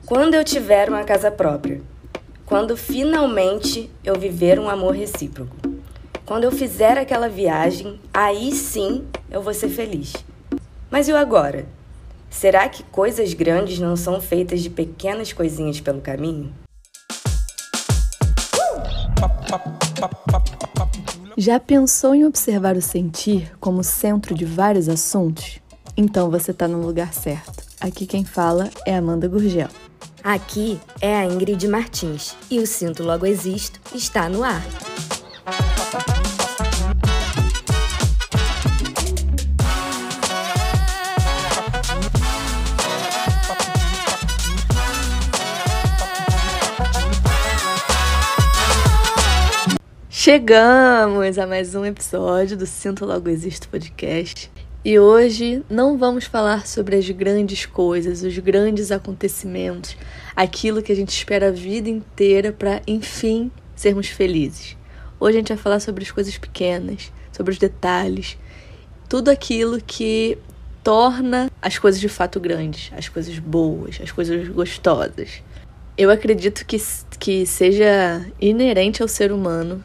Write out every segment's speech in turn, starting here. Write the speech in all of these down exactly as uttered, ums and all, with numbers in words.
Quando eu tiver uma casa própria. Quando finalmente eu viver um amor recíproco. Quando eu fizer aquela viagem, aí sim eu vou ser feliz. Mas e o agora? Será que coisas grandes não são feitas de pequenas coisinhas pelo caminho? Já pensou em observar o sentir como centro de vários assuntos? Então você está no lugar certo. Aqui quem fala é Amanda Gurgel. Aqui é a Ingrid Martins e o Sinto Logo Existo está no ar. Chegamos a mais um episódio do Sinto Logo Existo podcast. E hoje não vamos falar sobre as grandes coisas, os grandes acontecimentos, aquilo que a gente espera a vida inteira para, enfim, sermos felizes. Hoje a gente vai falar sobre as coisas pequenas, sobre os detalhes, tudo aquilo que torna as coisas de fato grandes, as coisas boas, as coisas gostosas. Eu acredito que, que seja inerente ao ser humano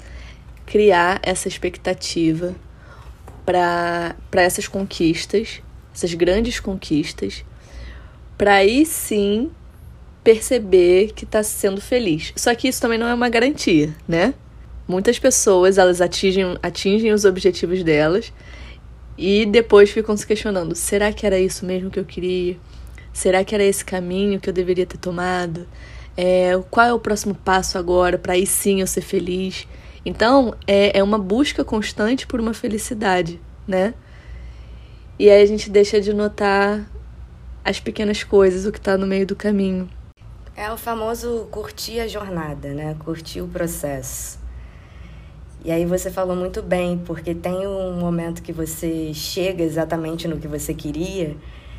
criar essa expectativa para para essas conquistas, essas grandes conquistas, para aí sim perceber que está sendo feliz. Só que isso também não é uma garantia, né? Muitas pessoas, elas atingem, atingem os objetivos delas e depois ficam se questionando, será que era isso mesmo que eu queria? Será que era esse caminho que eu deveria ter tomado? É, qual é o próximo passo agora para aí sim eu ser feliz? Então, é, é uma busca constante por uma felicidade, né? E aí a gente deixa de notar as pequenas coisas, o que está no meio do caminho. É o famoso curtir a jornada, né? Curtir o processo. E aí você falou muito bem, porque tem um momento que você chega exatamente no que você queria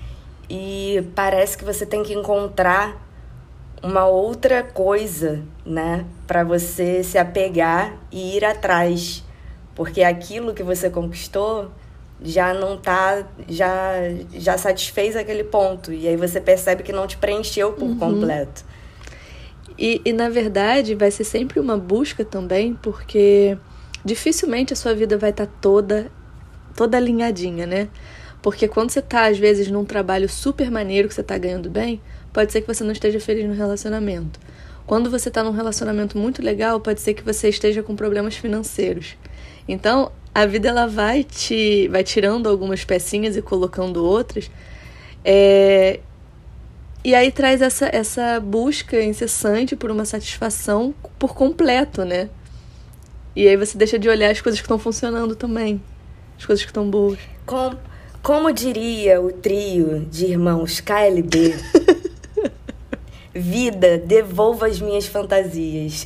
e parece que você tem que encontrar uma outra coisa, né, para você se apegar e ir atrás, porque aquilo que você conquistou já não tá, já, já satisfez aquele ponto, e aí você percebe que não te preencheu por uhum. completo. E, e, na verdade, vai ser sempre uma busca também, porque dificilmente a sua vida vai estar tá toda, toda alinhadinha, né? Porque quando você tá, às vezes, num trabalho super maneiro, que você tá ganhando bem, pode ser que você não esteja feliz no relacionamento. Quando você está num relacionamento muito legal, pode ser que você esteja com problemas financeiros. Então, a vida ela vai te vai tirando algumas pecinhas e colocando outras. É, e aí traz essa, essa busca incessante por uma satisfação por completo, né? E aí você deixa de olhar as coisas que estão funcionando também. As coisas que estão boas. Com, como diria o trio de irmãos K L B... Vida, devolva as minhas fantasias.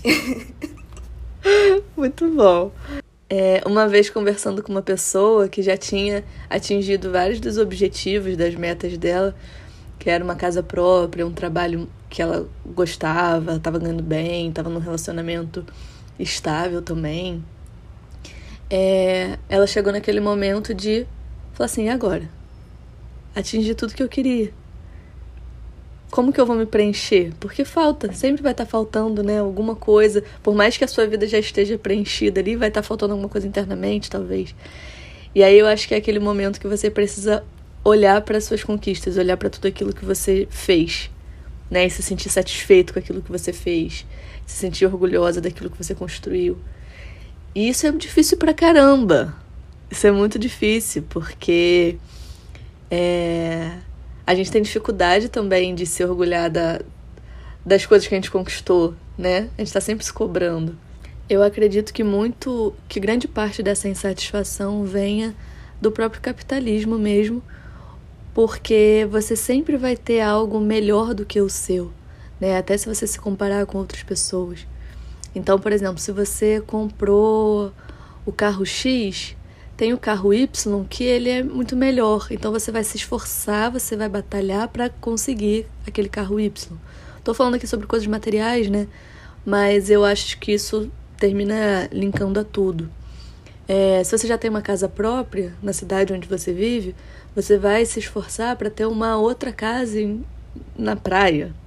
Muito bom. É, uma vez conversando com uma pessoa que já tinha atingido vários dos objetivos, das metas dela, que era uma casa própria, um trabalho que ela gostava, estava ganhando bem, estava num relacionamento estável também. É, ela chegou naquele momento de falar assim, e agora? Atingi tudo que eu queria. Como que eu vou me preencher? Porque falta, sempre vai estar faltando, né, alguma coisa. Por mais que a sua vida já esteja preenchida ali, vai estar faltando alguma coisa internamente, talvez. E aí eu acho que é aquele momento que você precisa olhar para as suas conquistas, olhar para tudo aquilo que você fez, né, e se sentir satisfeito com aquilo que você fez, se sentir orgulhosa daquilo que você construiu. E isso é difícil pra caramba. Isso é muito difícil, porque... É... A gente tem dificuldade também de se orgulhar da, das coisas que a gente conquistou, né? A gente está sempre se cobrando. Eu acredito que muito, que grande parte dessa insatisfação venha do próprio capitalismo mesmo, porque você sempre vai ter algo melhor do que o seu, né? Até se você se comparar com outras pessoas. Então, por exemplo, se você comprou o carro X... Tem o carro Y que ele é muito melhor, então você vai se esforçar, você vai batalhar para conseguir aquele carro Y. Tô falando aqui sobre coisas materiais, né? Mas eu acho que isso termina linkando a tudo. É, se você já tem uma casa própria na cidade onde você vive, você vai se esforçar para ter uma outra casa em, na praia,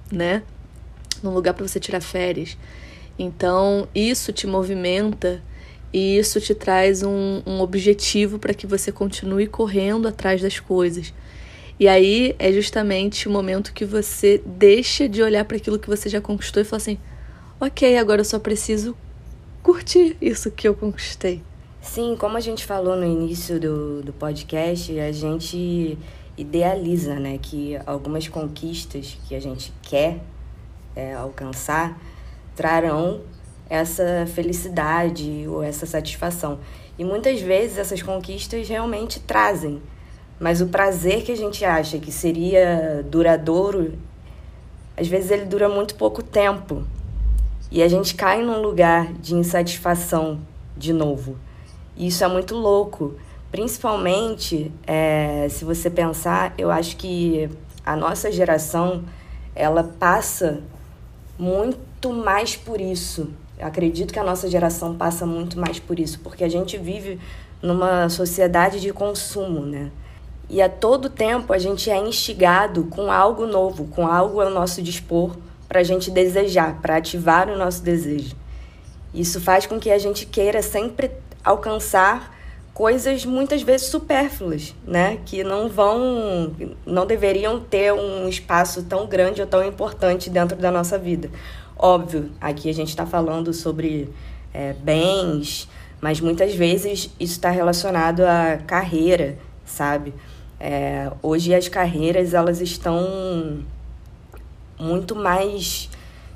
né? Num lugar para você tirar férias. Então, isso te movimenta e isso te traz um, um objetivo para que você continue correndo atrás das coisas. E aí é justamente o momento que você deixa de olhar para aquilo que você já conquistou e fala assim, ok, agora eu só preciso curtir isso que eu conquistei. Sim, como a gente falou no início do, do podcast, a gente idealiza, né, que algumas conquistas que a gente quer é, alcançar trarão essa felicidade ou essa satisfação. E muitas vezes essas conquistas realmente trazem, mas o prazer que a gente acha que seria duradouro, às vezes ele dura muito pouco tempo. E a gente cai num lugar de insatisfação de novo. E isso é muito louco. Principalmente, é, se você pensar, eu acho que a nossa geração, ela passa muito mais por isso. Eu acredito que a nossa geração passa muito mais por isso, porque a gente vive numa sociedade de consumo, né? E a todo tempo a gente é instigado com algo novo, com algo ao nosso dispor, para a gente desejar, para ativar o nosso desejo. Isso faz com que a gente queira sempre alcançar coisas muitas vezes supérfluas, né? Que não vão, não deveriam ter um espaço tão grande ou tão importante dentro da nossa vida. Óbvio, aqui a gente está falando sobre é, bens, mas muitas vezes isso está relacionado à carreira, sabe? É, hoje as carreiras, elas estão muito mais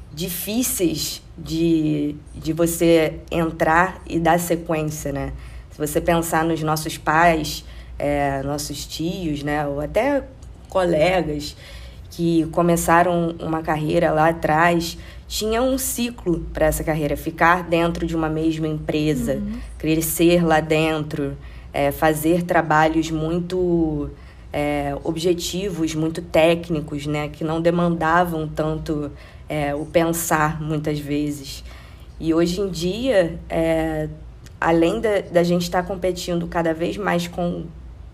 difíceis de, de você entrar e dar sequência, né? Se você pensar nos nossos pais, é, nossos tios, né? Ou até colegas que começaram uma carreira lá atrás, tinha um ciclo para essa carreira, ficar dentro de uma mesma empresa, uhum. crescer lá dentro, é, fazer trabalhos muito é, objetivos, muito técnicos, né, que não demandavam tanto é, o pensar muitas vezes. E hoje em dia, é, além da, da gente estar competindo cada vez mais com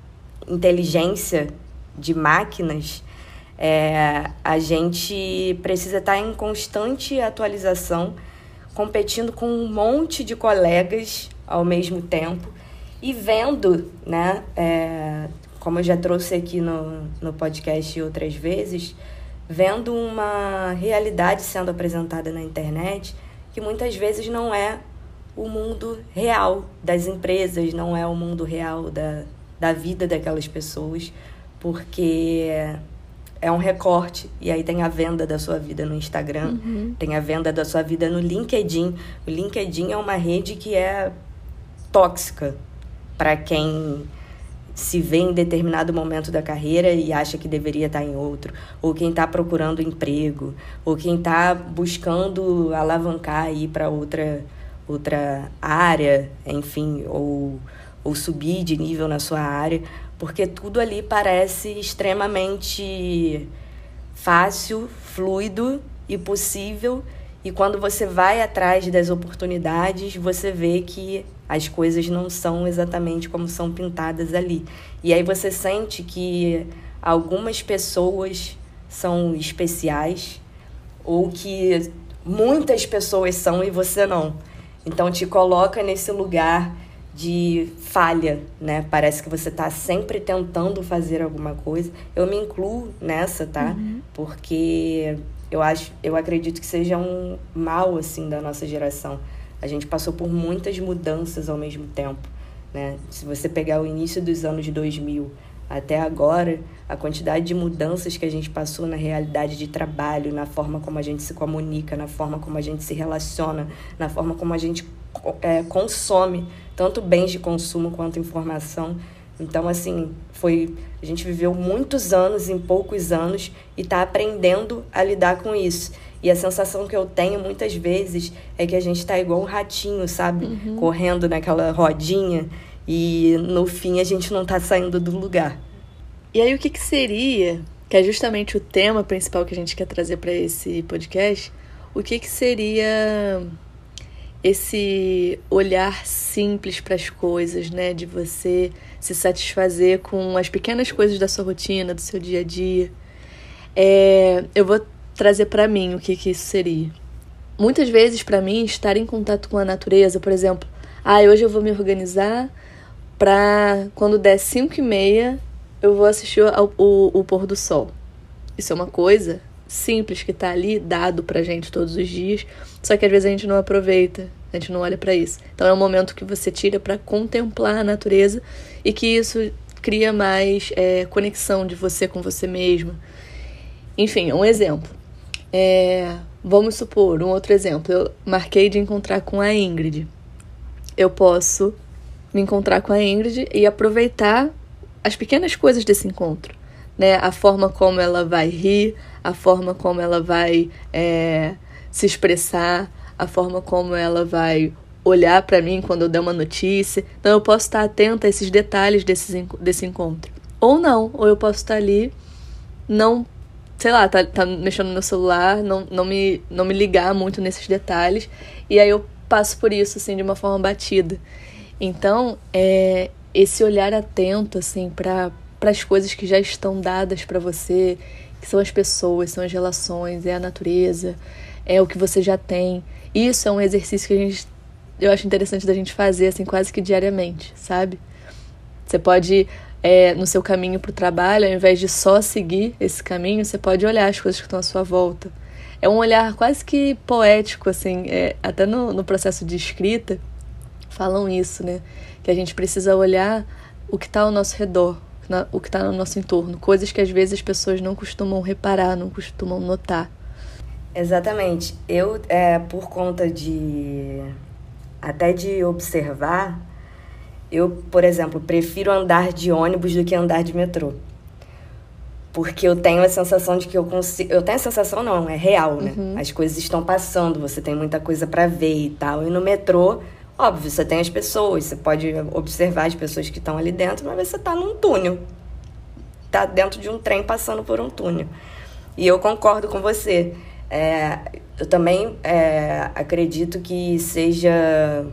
inteligência de máquinas, É, a gente precisa estar em constante atualização, competindo com um monte de colegas ao mesmo tempo e vendo, né, é, como eu já trouxe aqui no, no podcast outras vezes, vendo uma realidade sendo apresentada na internet que muitas vezes não é o mundo real das empresas, não é o mundo real da, da vida daquelas pessoas, porque é um recorte, e aí tem a venda da sua vida no Instagram, uhum. tem a venda da sua vida no LinkedIn. O LinkedIn é uma rede que é tóxica para quem se vê em determinado momento da carreira e acha que deveria estar em outro, ou quem está procurando emprego, ou quem está buscando alavancar aí para outra, outra área, enfim, ou, ou subir de nível na sua área, porque tudo ali parece extremamente fácil, fluido e possível. E quando você vai atrás das oportunidades, você vê que as coisas não são exatamente como são pintadas ali. E aí você sente que algumas pessoas são especiais ou que muitas pessoas são e você não. Então te coloca nesse lugar de falha, né? Parece que você está sempre tentando fazer alguma coisa. Eu me incluo nessa, tá? Uhum. Porque eu acho, eu acredito que seja um mal, assim, da nossa geração. A gente passou por muitas mudanças ao mesmo tempo, né? Se você pegar o início dos anos dois mil até agora, a quantidade de mudanças que a gente passou na realidade de trabalho, na forma como a gente se comunica, na forma como a gente se relaciona, na forma como a gente é, consome tanto bens de consumo quanto informação. Então, assim, foi, a gente viveu muitos anos em poucos anos e está aprendendo a lidar com isso. E a sensação que eu tenho muitas vezes é que a gente está igual um ratinho, sabe? Uhum. Correndo naquela rodinha e no fim a gente não está saindo do lugar. E aí o que, que seria, que é justamente o tema principal que a gente quer trazer para esse podcast, o que, que seria esse olhar simples para as coisas, né? De você se satisfazer com as pequenas coisas da sua rotina, do seu dia a dia. É, eu vou trazer pra mim o que, que isso seria. Muitas vezes, pra mim, estar em contato com a natureza, por exemplo, ah, hoje eu vou me organizar pra quando der cinco e meia eu vou assistir ao, o, o pôr do sol. Isso é uma coisa simples que tá ali, dado pra gente todos os dias, só que às vezes a gente não aproveita, a gente não olha pra isso. Então é um momento que você tira pra contemplar a natureza e que isso cria mais é, conexão de você com você mesma. Enfim, um exemplo. É, vamos supor, um outro exemplo. Eu marquei de encontrar com a Ingrid. Eu posso me encontrar com a Ingrid e aproveitar as pequenas coisas desse encontro, né? A forma como ela vai rir, a forma como ela vai é, se expressar, a forma como ela vai olhar para mim quando eu der uma notícia. Então eu posso estar atenta a esses detalhes desses, desse encontro. Ou não, ou eu posso estar ali, não, sei lá, tá, tá mexendo no meu celular, não, não, me, não me ligar muito nesses detalhes, e aí eu passo por isso, assim, de uma forma batida. Então, é, esse olhar atento, assim, para as coisas que já estão dadas para você, que são as pessoas, são as relações, é a natureza, é o que você já tem. Isso é um exercício que a gente, eu acho interessante da gente fazer, assim, quase que diariamente, sabe? Você pode, é, no seu caminho para o trabalho, ao invés de só seguir esse caminho, você pode olhar as coisas que estão à sua volta. É um olhar quase que poético, assim, é, até no, no processo de escrita, falam isso, né? Que a gente precisa olhar o que está ao nosso redor, o que está no nosso entorno. Coisas que às vezes as pessoas não costumam reparar, não costumam notar. Exatamente. Eu, é, por conta de... até de observar, eu, por exemplo, prefiro andar de ônibus do que andar de metrô. Porque eu tenho a sensação de que eu consigo... Eu tenho a sensação, não, é real, né? Uhum. As coisas estão passando, você tem muita coisa para ver e tal. E no metrô... Óbvio, você tem as pessoas, você pode observar as pessoas que estão ali dentro, mas você está num túnel. Está dentro de um trem passando por um túnel. E eu concordo com você. É, eu também é, acredito que seja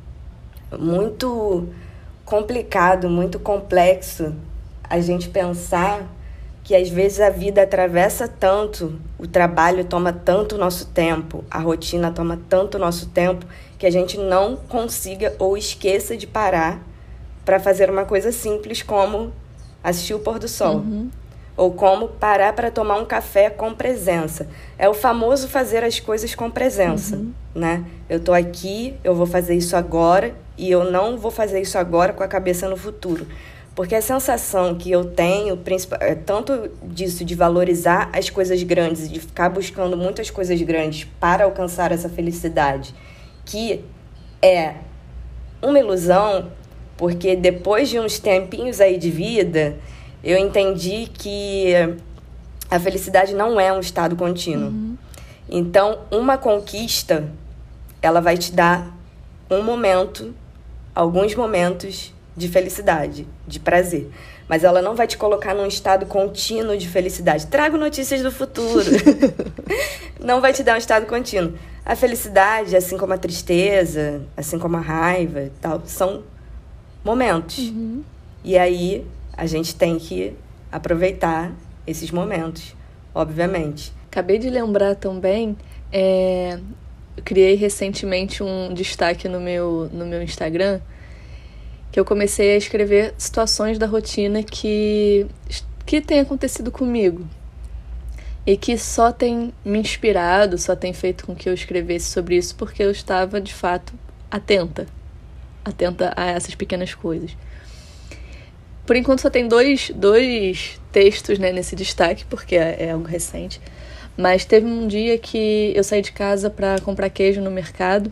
muito complicado, muito complexo a gente pensar que às vezes a vida atravessa tanto, o trabalho toma tanto nosso tempo, a rotina toma tanto nosso tempo, que a gente não consiga ou esqueça de parar para fazer uma coisa simples como assistir o pôr do sol. Uhum. Ou como parar para tomar um café com presença. É o famoso fazer as coisas com presença, uhum. né? Eu tô aqui, eu vou fazer isso agora e eu não vou fazer isso agora com a cabeça no futuro. Porque a sensação que eu tenho, é tanto disso de valorizar as coisas grandes, de ficar buscando muitas coisas grandes para alcançar essa felicidade, que é uma ilusão, porque depois de uns tempinhos aí de vida, eu entendi que a felicidade não é um estado contínuo. Uhum. Então, uma conquista, ela vai te dar um momento, alguns momentos de felicidade, de prazer. Mas ela não vai te colocar num estado contínuo de felicidade. Trago notícias do futuro. Não vai te dar um estado contínuo. A felicidade, assim como a tristeza, assim como a raiva e tal, são momentos. Uhum. E aí, a gente tem que aproveitar esses momentos, obviamente. Acabei de lembrar também, é, eu criei recentemente um destaque no meu, no meu Instagram, que eu comecei a escrever situações da rotina que, que tem acontecido comigo e que só tem me inspirado, só tem feito com que eu escrevesse sobre isso porque eu estava, de fato, atenta, atenta a essas pequenas coisas. Por enquanto só tem dois, dois textos, né, nesse destaque, porque é, é algo recente, mas teve um dia que eu saí de casa para comprar queijo no mercado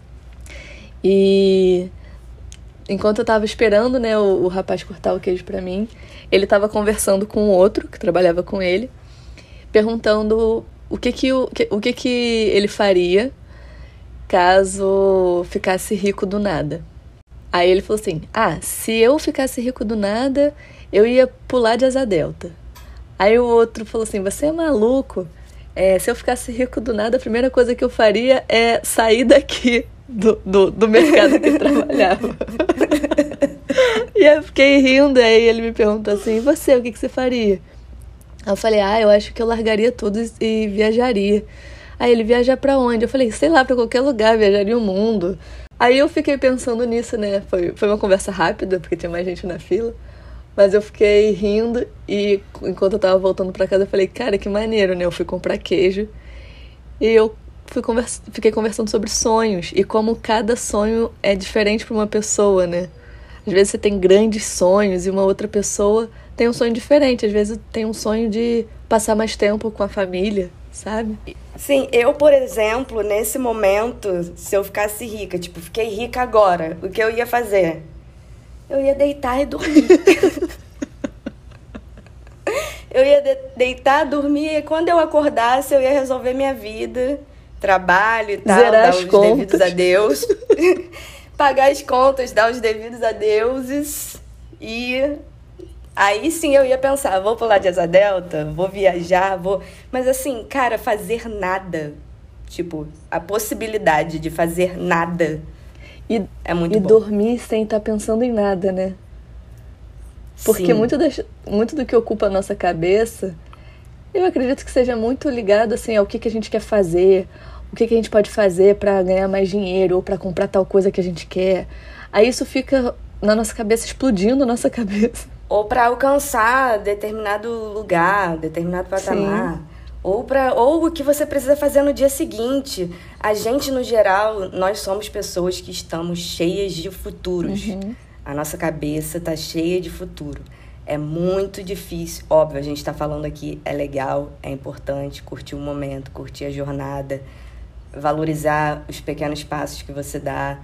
e... Enquanto eu tava esperando, né, o, o rapaz cortar o queijo pra mim, ele tava conversando com outro, que trabalhava com ele, perguntando o que que, o, que, o que que ele faria caso ficasse rico do nada. Aí ele falou assim, ah, se eu ficasse rico do nada, eu ia pular de asa delta. Aí o outro falou assim, você é maluco? É, se eu ficasse rico do nada, a primeira coisa que eu faria é sair daqui do, do, do mercado que eu trabalhava. E eu fiquei rindo, aí ele me perguntou assim, e você, o que, que você faria? Aí eu falei, ah, eu acho que eu largaria tudo e viajaria. Aí ele, viajar pra onde? Eu falei, sei lá, pra qualquer lugar, viajaria o mundo. Aí eu fiquei pensando nisso, né? Foi, foi uma conversa rápida, porque tinha mais gente na fila. Mas eu fiquei rindo e enquanto eu tava voltando pra casa, eu falei, cara, que maneiro, né? Eu fui comprar queijo e eu fui conversa... fiquei conversando sobre sonhos e como cada sonho é diferente pra uma pessoa, né? Às vezes você tem grandes sonhos e uma outra pessoa tem um sonho diferente. Às vezes tem um sonho de passar mais tempo com a família, sabe? Sim, eu, por exemplo, nesse momento, se eu ficasse rica, tipo, fiquei rica agora, o que eu ia fazer? Eu ia deitar e dormir. Eu ia de- deitar, dormir, e quando eu acordasse, eu ia resolver minha vida, trabalho e tal, Zerar dar as os contas. devidos adeus, pagar as contas, dar os devidos adeuses, e aí sim eu ia pensar, vou pular de asa delta, vou viajar, vou... Mas assim, cara, fazer nada, tipo, a possibilidade de fazer nada E, é muito e bom. dormir sem estar pensando em nada, né? Porque Sim. muito, das, muito do que ocupa a nossa cabeça, eu acredito que seja muito ligado assim, ao que, que a gente quer fazer, o que, que a gente pode fazer para ganhar mais dinheiro ou para comprar tal coisa que a gente quer. Aí isso fica na nossa cabeça, explodindo na nossa cabeça. Ou para alcançar determinado lugar, determinado patamar. Sim. Ou, pra, ou o que você precisa fazer no dia seguinte. A gente, no geral, nós somos pessoas que estamos cheias de futuros. Uhum. A nossa cabeça está cheia de futuro. É muito difícil. Óbvio, a gente está falando aqui, é legal, é importante curtir o momento, curtir a jornada, valorizar os pequenos passos que você dá.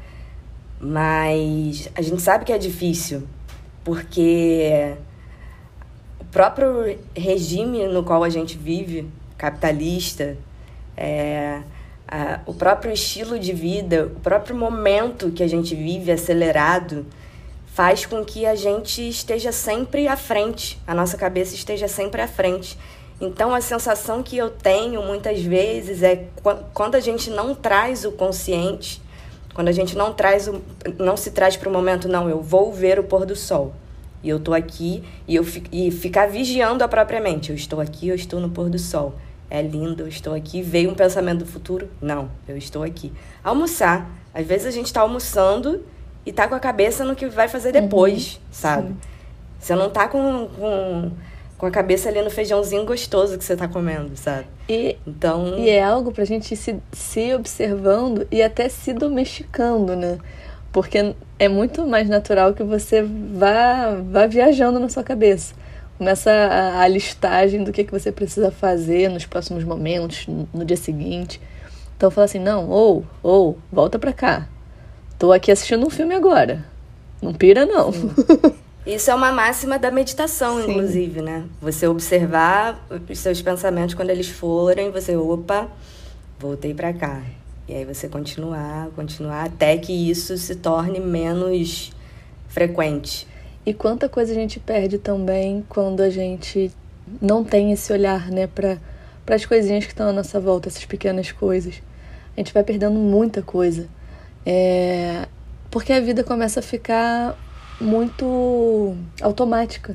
Mas a gente sabe que é difícil, porque o próprio regime no qual a gente vive, capitalista, é, a, o próprio estilo de vida, o próprio momento que a gente vive acelerado, faz com que a gente esteja sempre à frente, a nossa cabeça esteja sempre à frente. Então, a sensação que eu tenho muitas vezes é quando a gente não traz o consciente, quando a gente não traz o, não se traz para o momento, não, eu vou ver o pôr do sol. E eu estou aqui e, eu, e ficar vigiando a própria mente. Eu estou aqui, eu estou no pôr do sol. É lindo, eu estou aqui. Veio um pensamento do futuro? Não, eu estou aqui. Almoçar. Às vezes a gente está almoçando e tá com a cabeça no que vai fazer depois, uhum, sabe? Sim. Você não tá com, com, com a cabeça ali no feijãozinho gostoso que você tá comendo, sabe? E, então... e é algo pra gente se, se observando e até se domesticando, né? Porque é muito mais natural que você vá, vá viajando na sua cabeça. Começa a, a listagem do que, que você precisa fazer nos próximos momentos, no, no dia seguinte. Então fala assim, não, ou, ou, volta pra cá. Tô aqui assistindo um filme agora. Não pira, não. Sim. Isso é uma máxima da meditação, Sim. inclusive, né? Você observar os seus pensamentos quando eles forem, você, opa, voltei pra cá. E aí você continuar, continuar, até que isso se torne menos frequente. E quanta coisa a gente perde também quando a gente não tem esse olhar, né? Pra, pras coisinhas que estão à nossa volta, essas pequenas coisas. A gente vai perdendo muita coisa. É, porque a vida começa a ficar muito automática.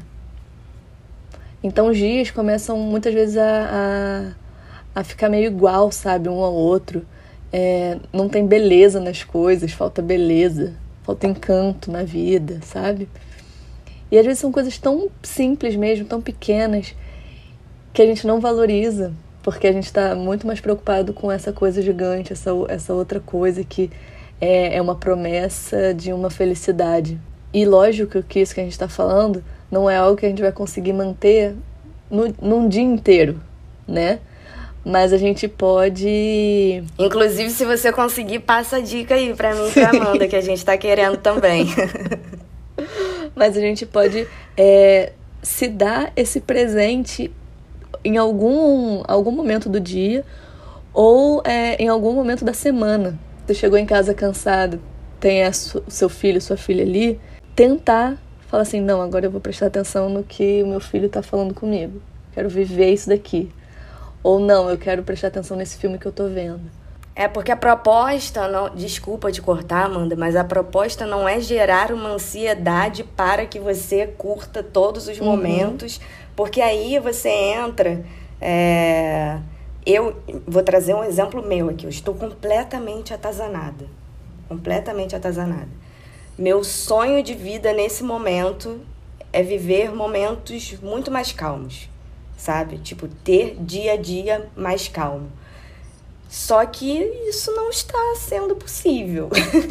Então os dias começam muitas vezes a, a, a ficar meio igual, sabe, um ao outro. É, não tem beleza nas coisas, falta beleza, falta encanto na vida, sabe? E às vezes são coisas tão simples mesmo, tão pequenas, que a gente não valoriza, porque a gente está muito mais preocupado com essa coisa gigante, essa, essa outra coisa que é, é uma promessa de uma felicidade. E lógico que isso que a gente está falando não é algo que a gente vai conseguir manter no, num dia inteiro, né? Mas a gente pode... Inclusive, se você conseguir, passa a dica aí pra mim e pra Amanda, que a gente tá querendo também. Mas a gente pode é, se dar esse presente em algum, algum momento do dia ou é, em algum momento da semana. Você chegou em casa cansado, tem o su- seu filho, sua filha ali, tentar falar assim, não, agora eu vou prestar atenção no que o meu filho tá falando comigo. Quero viver isso daqui. Ou não, eu quero prestar atenção nesse filme que eu tô vendo. É porque a proposta, não, desculpa te cortar, Amanda, mas a proposta não é gerar uma ansiedade para que você curta todos os uhum. momentos, Porque aí você entra... É... Eu vou trazer um exemplo meu aqui. Eu estou completamente atazanada. Completamente atazanada. Meu sonho de vida nesse momento é viver momentos muito mais calmos, sabe? Tipo, ter dia a dia mais calmo. Só que isso não está sendo possível.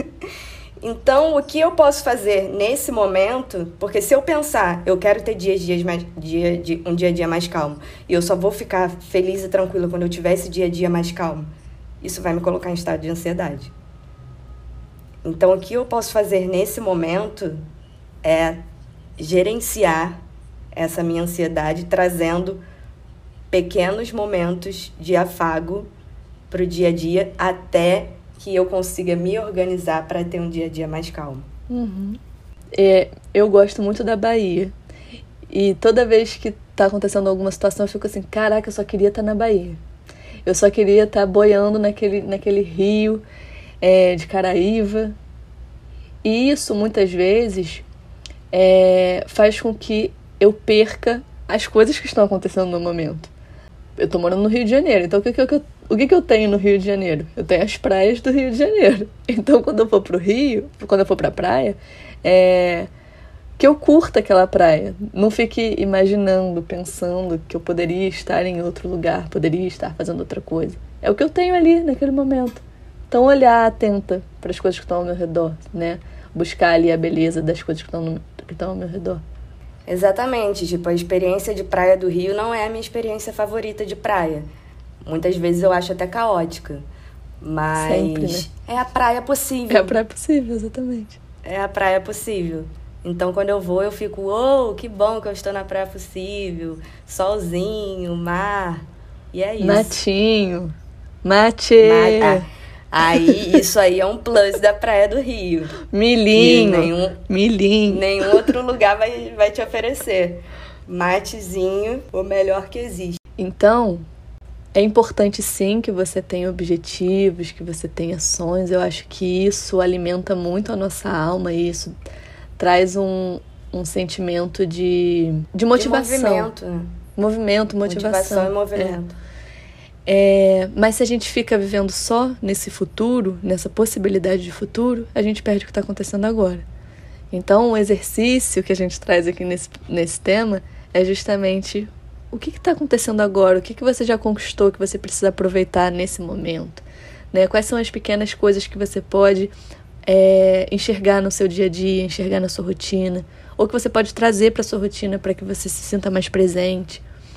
Então, o que eu posso fazer nesse momento... Porque se eu pensar, eu quero ter dias, dias mais, dia, dia, um dia a dia mais calmo, e eu só vou ficar feliz e tranquila quando eu tiver esse dia a dia mais calmo, isso vai me colocar em estado de ansiedade. Então, o que eu posso fazer nesse momento é gerenciar essa minha ansiedade, trazendo pequenos momentos de afago para o dia a dia, até que eu consiga me organizar para ter um dia a dia mais calmo. Uhum. É, eu gosto muito da Bahia. E toda vez que tá acontecendo alguma situação, eu fico assim, caraca, eu só queria estar na Bahia. Eu só queria estar boiando naquele, naquele rio é, de Caraíva. E isso, muitas vezes, é, faz com que eu perca as coisas que estão acontecendo no momento. Eu tô morando no Rio de Janeiro, então o que, que, eu, o que, que eu tenho no Rio de Janeiro? Eu tenho as praias do Rio de Janeiro. Então, quando eu for pro Rio, quando eu for pra praia, é, que eu curta aquela praia. Não fique imaginando, pensando que eu poderia estar em outro lugar, poderia estar fazendo outra coisa. É o que eu tenho ali, naquele momento. Então, olhar atenta para as coisas que estão ao meu redor, né? Buscar ali a beleza das coisas que estão, no, que estão ao meu redor. Exatamente, tipo, a experiência de praia do Rio não é a minha experiência favorita de praia. Muitas vezes eu acho até caótica, mas Sempre, né? É a praia possível. É a praia possível, exatamente. É a praia possível. Então, quando eu vou, eu fico, uou, oh, que bom que eu estou na praia possível, solzinho, mar, e é isso. Matinho, mate... Ma- ah, aí, isso aí é um plus da praia do Rio. Milhinho, nenhum, milhinho. Nenhum outro lugar vai, vai te oferecer. Matezinho, o melhor que existe. Então, é importante sim que você tenha objetivos, que você tenha sonhos. Eu acho que isso alimenta muito a nossa alma e isso traz um, um sentimento de, de motivação. De movimento. Né? Movimento, motivação. Motivação e movimento. É. É, mas se a gente fica vivendo só nesse futuro, nessa possibilidade de futuro, a gente perde o que está acontecendo agora. Então, o exercício que a gente traz aqui nesse, nesse tema é justamente o que está acontecendo agora, o que, que você já conquistou, que você precisa aproveitar nesse momento, né? Quais são as pequenas coisas que você pode é, enxergar no seu dia a dia, enxergar na sua rotina, ou que você pode trazer para a sua rotina para que você se sinta mais presente.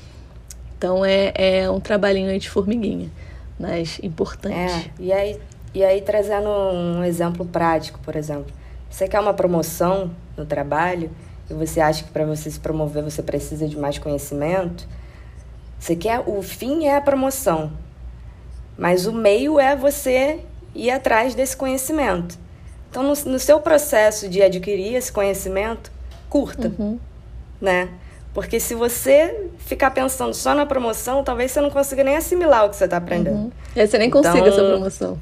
Então, é, é um trabalhinho aí de formiguinha, mas importante. É, e aí, e aí, trazendo um exemplo prático, por exemplo. Você quer uma promoção no trabalho e você acha que para você se promover você precisa de mais conhecimento? Você quer, o fim é a promoção, mas o meio é você ir atrás desse conhecimento. Então, no, no seu processo de adquirir esse conhecimento, curta, Uhum. né? Porque se você ficar pensando só na promoção, talvez você não consiga nem assimilar o que você está aprendendo. Uhum. E aí você nem consiga Então, essa promoção.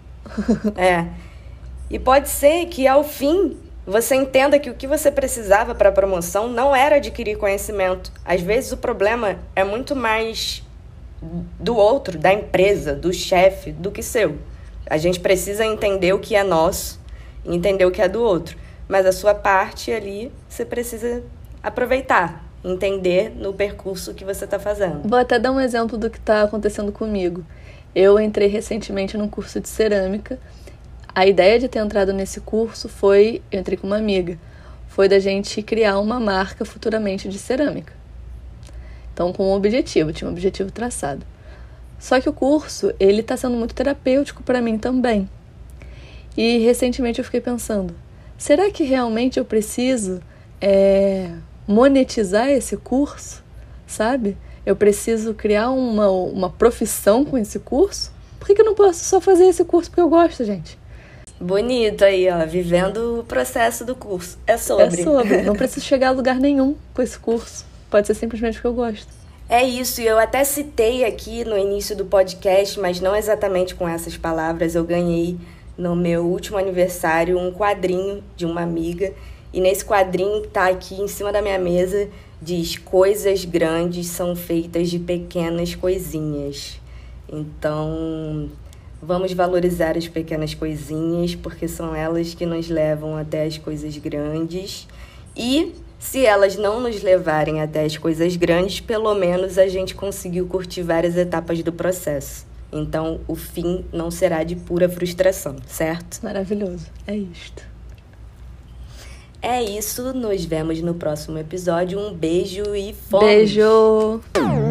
É. E pode ser que, ao fim, você entenda que o que você precisava para a promoção não era adquirir conhecimento. Às vezes, o problema é muito mais do outro, da empresa, do chefe, do que seu. A gente precisa entender o que é nosso e entender o que é do outro. Mas a sua parte ali, você precisa aproveitar. Entender no percurso que você está fazendo. Vou até dar um exemplo do que está acontecendo comigo. Eu entrei recentemente num curso de cerâmica. A ideia de ter entrado nesse curso foi, eu entrei com uma amiga, foi da gente criar uma marca futuramente de cerâmica. Então, com um objetivo, tinha um objetivo traçado. Só que o curso, ele está sendo muito terapêutico para mim também. E recentemente eu fiquei pensando, será que realmente eu preciso... É... monetizar esse curso, sabe? Eu preciso criar uma, uma profissão com esse curso? Por que, que eu não posso só fazer esse curso porque eu gosto, gente? Bonito aí, ó, vivendo o processo do curso. É sobre. É sobre. Não preciso chegar a lugar nenhum com esse curso. Pode ser simplesmente porque eu gosto. É isso, e eu até citei aqui no início do podcast, mas não exatamente com essas palavras. Eu ganhei no meu último aniversário um quadrinho de uma amiga. E nesse quadrinho que tá aqui em cima da minha mesa, diz: coisas grandes são feitas de pequenas coisinhas. Então, vamos valorizar as pequenas coisinhas, porque são elas que nos levam até as coisas grandes. E se elas não nos levarem até as coisas grandes, pelo menos a gente conseguiu curtir várias etapas do processo. Então, o fim não será de pura frustração, certo? Maravilhoso. É isto. É isso. Nos vemos no próximo episódio. Um beijo e fomos! Beijo!